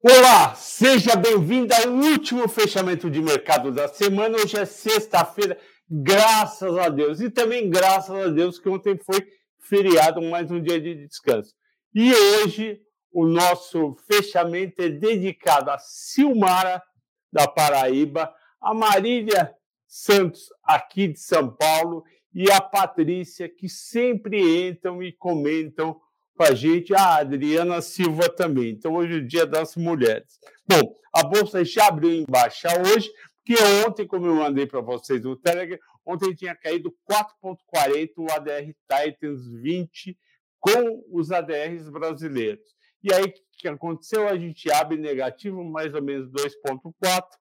Olá, seja bem-vindo ao último fechamento de mercado da semana. Hoje é sexta-feira, graças a Deus. E também graças a Deus que ontem foi feriado, mais um dia de descanso. E hoje o nosso fechamento é dedicado a Silmara, da Paraíba, a Marília Santos, aqui de São Paulo, e a Patrícia, que sempre entram e comentam com a gente, a Adriana Silva também. Então, hoje é o Dia das Mulheres. Bom, a Bolsa já abriu em baixa hoje, porque ontem, como eu mandei para vocês no Telegram, ontem tinha caído 4,40 o ADR Titans 20 com os ADRs brasileiros. E aí, o que aconteceu? A gente abre negativo, mais ou menos 2,4,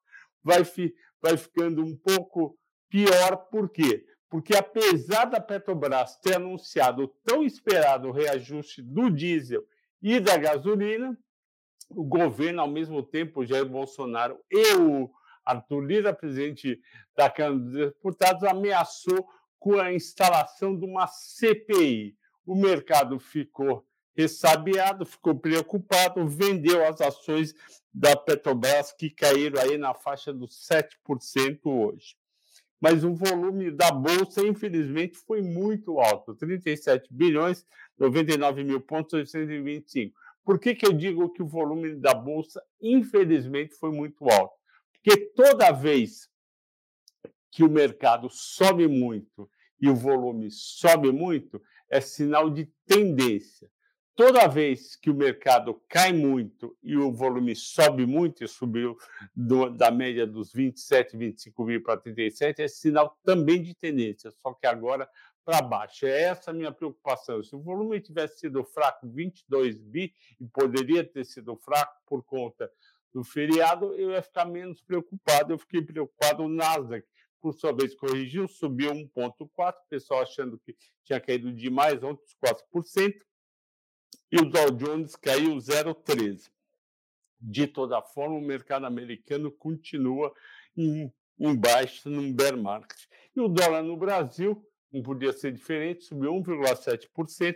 vai ficando um pouco pior, por quê? Porque apesar da Petrobras ter anunciado o tão esperado reajuste do diesel e da gasolina, o governo, ao mesmo tempo, Jair Bolsonaro e o Arthur Lira, presidente da Câmara dos Deputados, ameaçou com a instalação de uma CPI. O mercado ficou ressabiado, ficou preocupado, vendeu as ações da Petrobras, que caíram aí na faixa dos 7% hoje. Mas o volume da Bolsa, infelizmente, foi muito alto, 37 bilhões, 99 mil pontos, 825. Por que eu digo que o volume da Bolsa, infelizmente, foi muito alto? Porque toda vez que o mercado sobe muito e o volume sobe muito, é sinal de tendência. Toda vez que o mercado cai muito e o volume sobe muito, e subiu da média dos 27, 25 mil para 37, é sinal também de tendência, só que agora para baixo. É essa a minha preocupação. Se o volume tivesse sido fraco, 22 bi, e poderia ter sido fraco por conta do feriado, eu ia ficar menos preocupado. Eu fiquei preocupado. O Nasdaq, por sua vez, corrigiu, subiu 1,4%, o pessoal achando que tinha caído demais, ontem 4%. E o Dow Jones caiu 0,13%. De toda forma, o mercado americano continua em baixa, num bear market. E o dólar no Brasil não podia ser diferente, subiu 1,7%,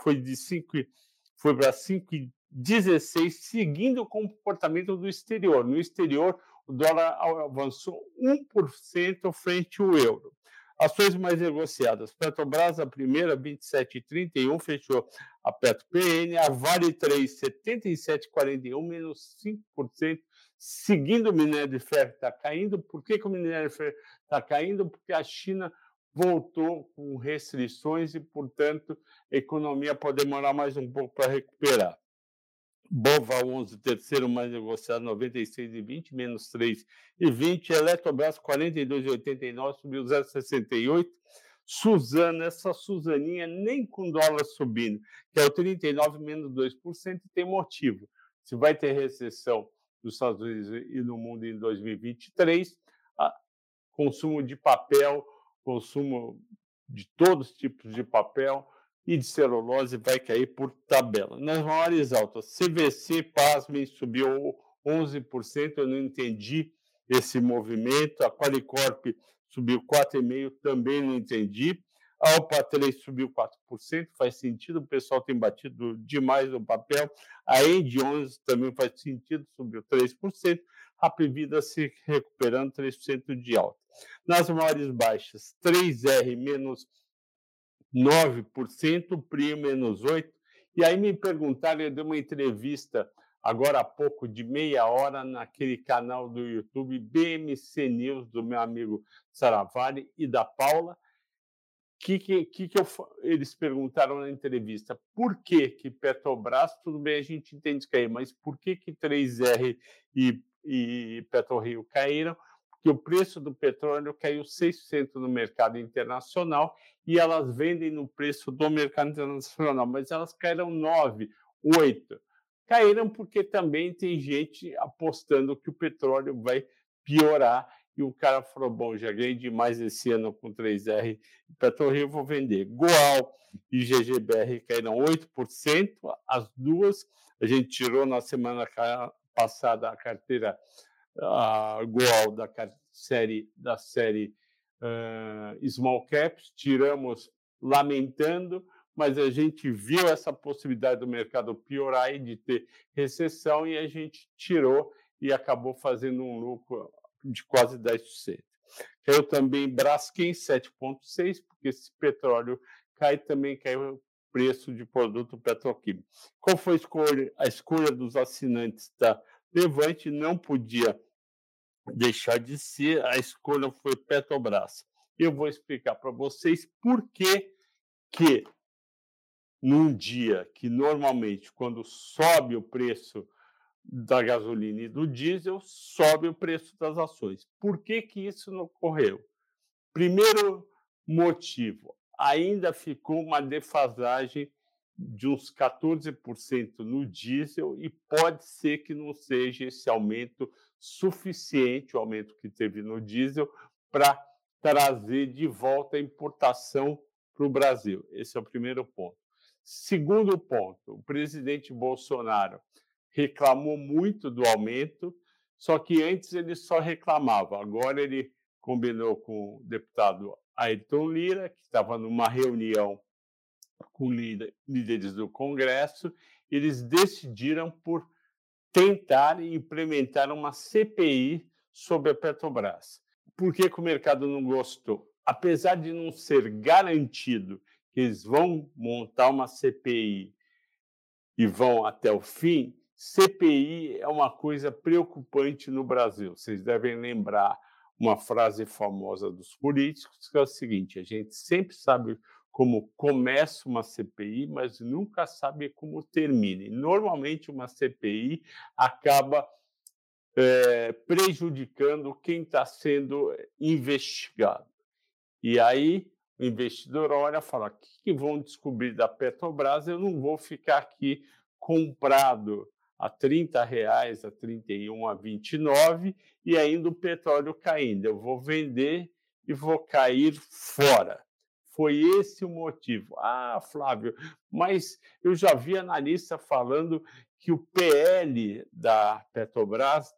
foi para 5,16, seguindo o comportamento do exterior. No exterior, o dólar avançou 1% frente ao euro. Ações mais negociadas. Petrobras, a primeira, 27,31, fechou a Petro PN, a Vale 3, 77,41, menos 5%, seguindo o minério de ferro que está caindo. Por que o minério de ferro está caindo? Porque a China voltou com restrições e, portanto, a economia pode demorar mais um pouco para recuperar. Bova 11, terceiro mais negociado, 96,20, menos 3,20. Eletrobras 42,89, subiu 0,68. Suzana, essa Suzaninha nem com dólar subindo, que é o 39, menos 2%, e tem motivo. Se vai ter recessão nos Estados Unidos e no mundo em 2023, consumo de papel, consumo de todos os tipos de papel e de celulose vai cair por tabela. Nas maiores altas, CVC, pasmem, subiu 11%, eu não entendi esse movimento. A Qualicorp subiu 4,5%, também não entendi. A Alpa 3 subiu 4%, faz sentido, o pessoal tem batido demais no papel. A End 11 também faz sentido, subiu 3%. A Previda se recuperando 3% de alta. Nas maiores baixas, 3R menos 9%, PRI menos 8%. E aí me perguntaram, eu dei uma entrevista agora há pouco, de meia hora, naquele canal do YouTube BMC News, do meu amigo Saravari e da Paula. Eles perguntaram na entrevista por que Petrobras, tudo bem, a gente entende que caiu, mas por que 3R e PetroRio caíram? Porque o preço do petróleo caiu 6% no mercado internacional e elas vendem no preço do mercado internacional, mas elas caíram 9%, 8%. Caíram porque também tem gente apostando que o petróleo vai piorar e o cara falou, bom, já ganhei demais esse ano com 3R e PetroRio, vou vender. Goal e GGBR caíram 8%, as duas. A gente tirou na semana passada a carteira Goal da série Small Caps, tiramos lamentando, mas a gente viu essa possibilidade do mercado piorar e de ter recessão e a gente tirou e acabou fazendo um lucro de quase 10%. Caiu também Braskem 7,6%, porque esse petróleo cai, também caiu o preço de produto petroquímico. Qual foi a escolha dos assinantes da Levante? Não podia deixar de ser, a escolha foi Petrobras. Eu vou explicar para vocês por que num dia que normalmente, quando sobe o preço da gasolina e do diesel, sobe o preço das ações. Por que isso não ocorreu? Primeiro motivo, ainda ficou uma defasagem de uns 14% no diesel e pode ser que não seja esse aumento suficiente, o aumento que teve no diesel, para trazer de volta a importação para o Brasil. Esse é o primeiro ponto. Segundo ponto, o presidente Bolsonaro reclamou muito do aumento, só que antes ele só reclamava, agora ele combinou com o deputado Ayrton Lira, que estava numa reunião com líderes do Congresso, eles decidiram por tentar implementar uma CPI sobre a Petrobras. Por que o mercado não gostou? Apesar de não ser garantido que eles vão montar uma CPI e vão até o fim, CPI é uma coisa preocupante no Brasil. Vocês devem lembrar uma frase famosa dos políticos, que é o seguinte: a gente sempre sabe como começa uma CPI, mas nunca sabe como termina. E, normalmente, uma CPI acaba prejudicando quem está sendo investigado. E aí o investidor olha e fala: o que vão descobrir da Petrobras? Eu não vou ficar aqui comprado a R$30, a R$31, a R$29 e ainda o petróleo caindo. Eu vou vender e vou cair fora. Foi esse o motivo. Ah, Flávio, mas eu já vi analista falando que o PL da Petrobras,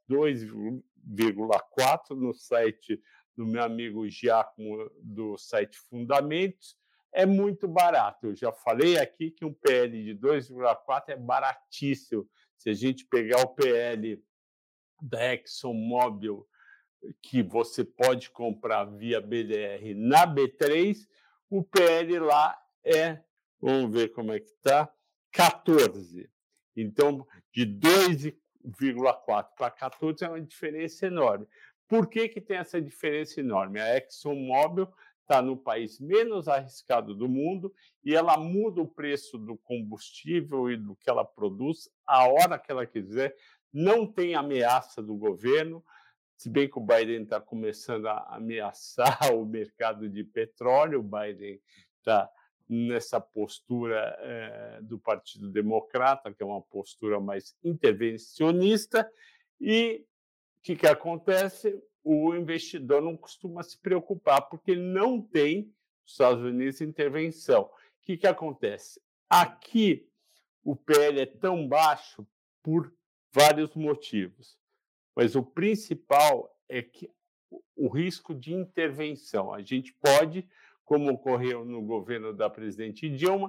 2,4 no site do meu amigo Giacomo, do site Fundamentos, é muito barato. Eu já falei aqui que um PL de 2,4 é baratíssimo. Se a gente pegar o PL da ExxonMobil, que você pode comprar via BDR na B3, o PL lá é, vamos ver como é que está, 14. Então, de 2,4 para 14 é uma diferença enorme. Por que tem essa diferença enorme? A ExxonMobil está no país menos arriscado do mundo e ela muda o preço do combustível e do que ela produz a hora que ela quiser, não tem ameaça do governo, se bem que o Biden está começando a ameaçar o mercado de petróleo, o Biden está nessa postura do Partido Democrata, que é uma postura mais intervencionista, e o que acontece? O investidor não costuma se preocupar, porque ele não tem, nos Estados Unidos, intervenção. O que acontece? Aqui, o PL é tão baixo por vários motivos, mas o principal é que o risco de intervenção. A gente pode, como ocorreu no governo da presidente Dilma,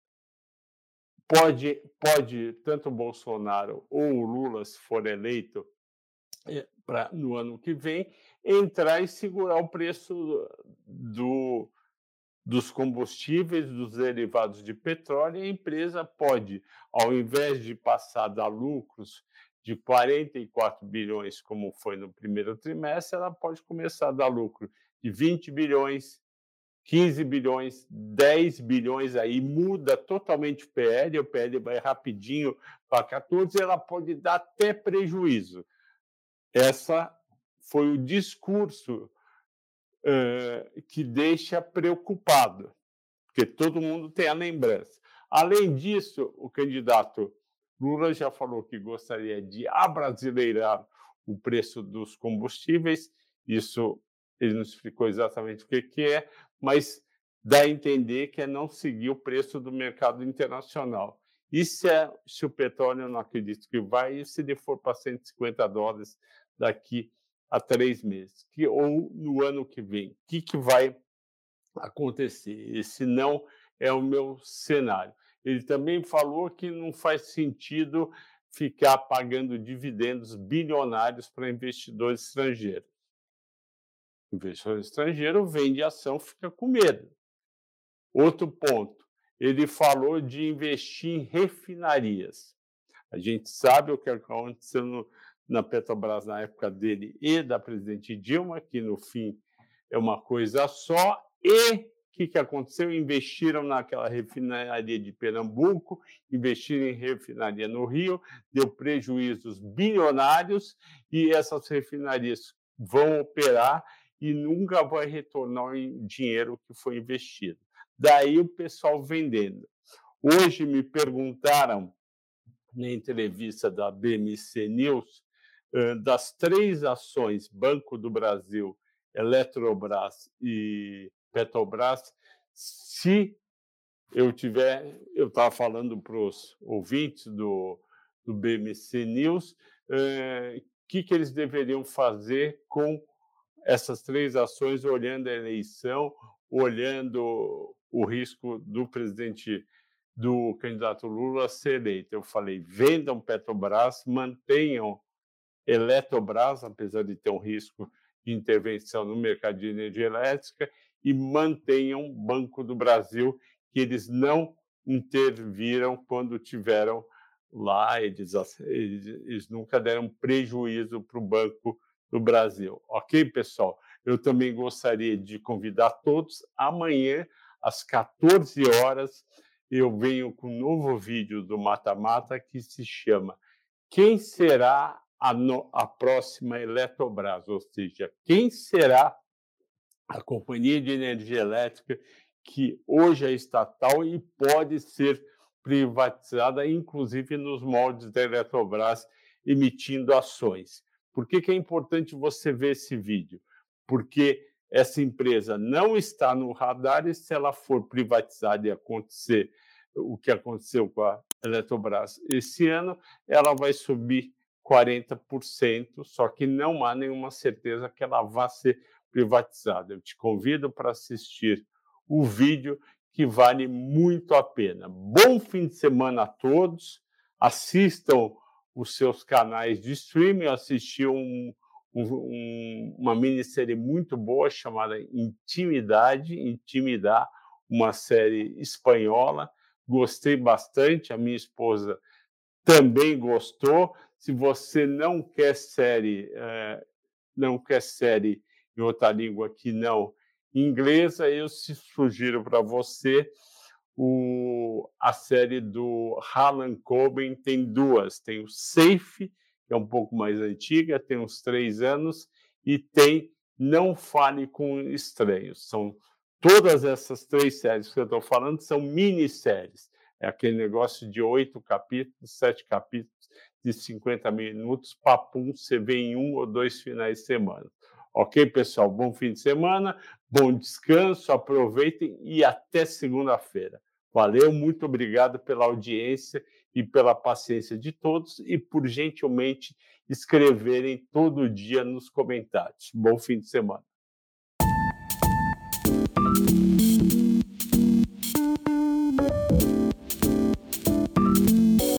pode tanto o Bolsonaro ou o Lula, se for eleito no ano que vem, entrar e segurar o preço dos combustíveis, dos derivados de petróleo, e a empresa pode, ao invés de passar a dar lucros de 44 bilhões, como foi no primeiro trimestre, ela pode começar a dar lucro de 20 bilhões, 15 bilhões, 10 bilhões, aí muda totalmente o PL vai rapidinho para 14, ela pode dar até prejuízo. Essa foi o discurso que deixa preocupado, porque todo mundo tem a lembrança. Além disso, o candidato Lula já falou que gostaria de abrasileirar o preço dos combustíveis. Isso ele não explicou exatamente o que é, mas dá a entender que é não seguir o preço do mercado internacional. E se o petróleo, eu não acredito que vai, e se ele for para $150 daqui a 3 meses, ou no ano que vem, o que vai acontecer? Esse não é o meu cenário. Ele também falou que não faz sentido ficar pagando dividendos bilionários para investidores estrangeiros. O investidor estrangeiro vende ação, fica com medo. Outro ponto, ele falou de investir em refinarias. A gente sabe o que aconteceu na Petrobras na época dele e da presidente Dilma, que no fim é uma coisa só, e o que aconteceu? Investiram naquela refinaria de Pernambuco, investiram em refinaria no Rio, deu prejuízos bilionários e essas refinarias vão operar e nunca vai retornar o dinheiro que foi investido. Daí o pessoal vendendo. Hoje me perguntaram, na entrevista da BMC News, das 3 ações, Banco do Brasil, Eletrobras e Petrobras, se eu estava falando para os ouvintes do BMC News, o que eles deveriam fazer com essas 3 ações, olhando a eleição, olhando o risco do candidato Lula ser eleito. Eu falei, vendam Petrobras, mantenham Eletrobras, apesar de ter um risco de intervenção no mercado de energia elétrica, e mantenham Banco do Brasil, que eles não interviram quando tiveram lá, eles nunca deram prejuízo para o Banco do Brasil. Ok, pessoal? Eu também gostaria de convidar todos, amanhã, às 14 horas, eu venho com um novo vídeo do Mata Mata que se chama Quem será a próxima Eletrobras? Ou seja, quem será a companhia de energia elétrica que hoje é estatal e pode ser privatizada, inclusive nos moldes da Eletrobras, emitindo ações. Por que é importante você ver esse vídeo? Porque essa empresa não está no radar e se ela for privatizada e acontecer o que aconteceu com a Eletrobras esse ano, ela vai subir 40%, só que não há nenhuma certeza que ela vá ser privatizada. Eu te convido para assistir o vídeo, que vale muito a pena. Bom fim de semana a todos. Assistam os seus canais de streaming. Eu assisti uma minissérie muito boa chamada Intimidar, uma série espanhola. Gostei bastante, a minha esposa também gostou. Se você não quer série em outra língua que não inglesa, eu sugiro para você a série do Harlan Coben. Tem 2, tem o Safe, que é um pouco mais antiga, tem uns 3 anos, e tem Não Fale com Estranhos. São todas essas 3 séries que eu estou falando são minisséries. É aquele negócio de 8 capítulos, 7 capítulos de 50 minutos, papum, você vê em 1 ou 2 finais de semana. Ok, pessoal? Bom fim de semana, bom descanso, aproveitem e até segunda-feira. Valeu, muito obrigado pela audiência e pela paciência de todos e por gentilmente escreverem todo dia nos comentários. Bom fim de semana.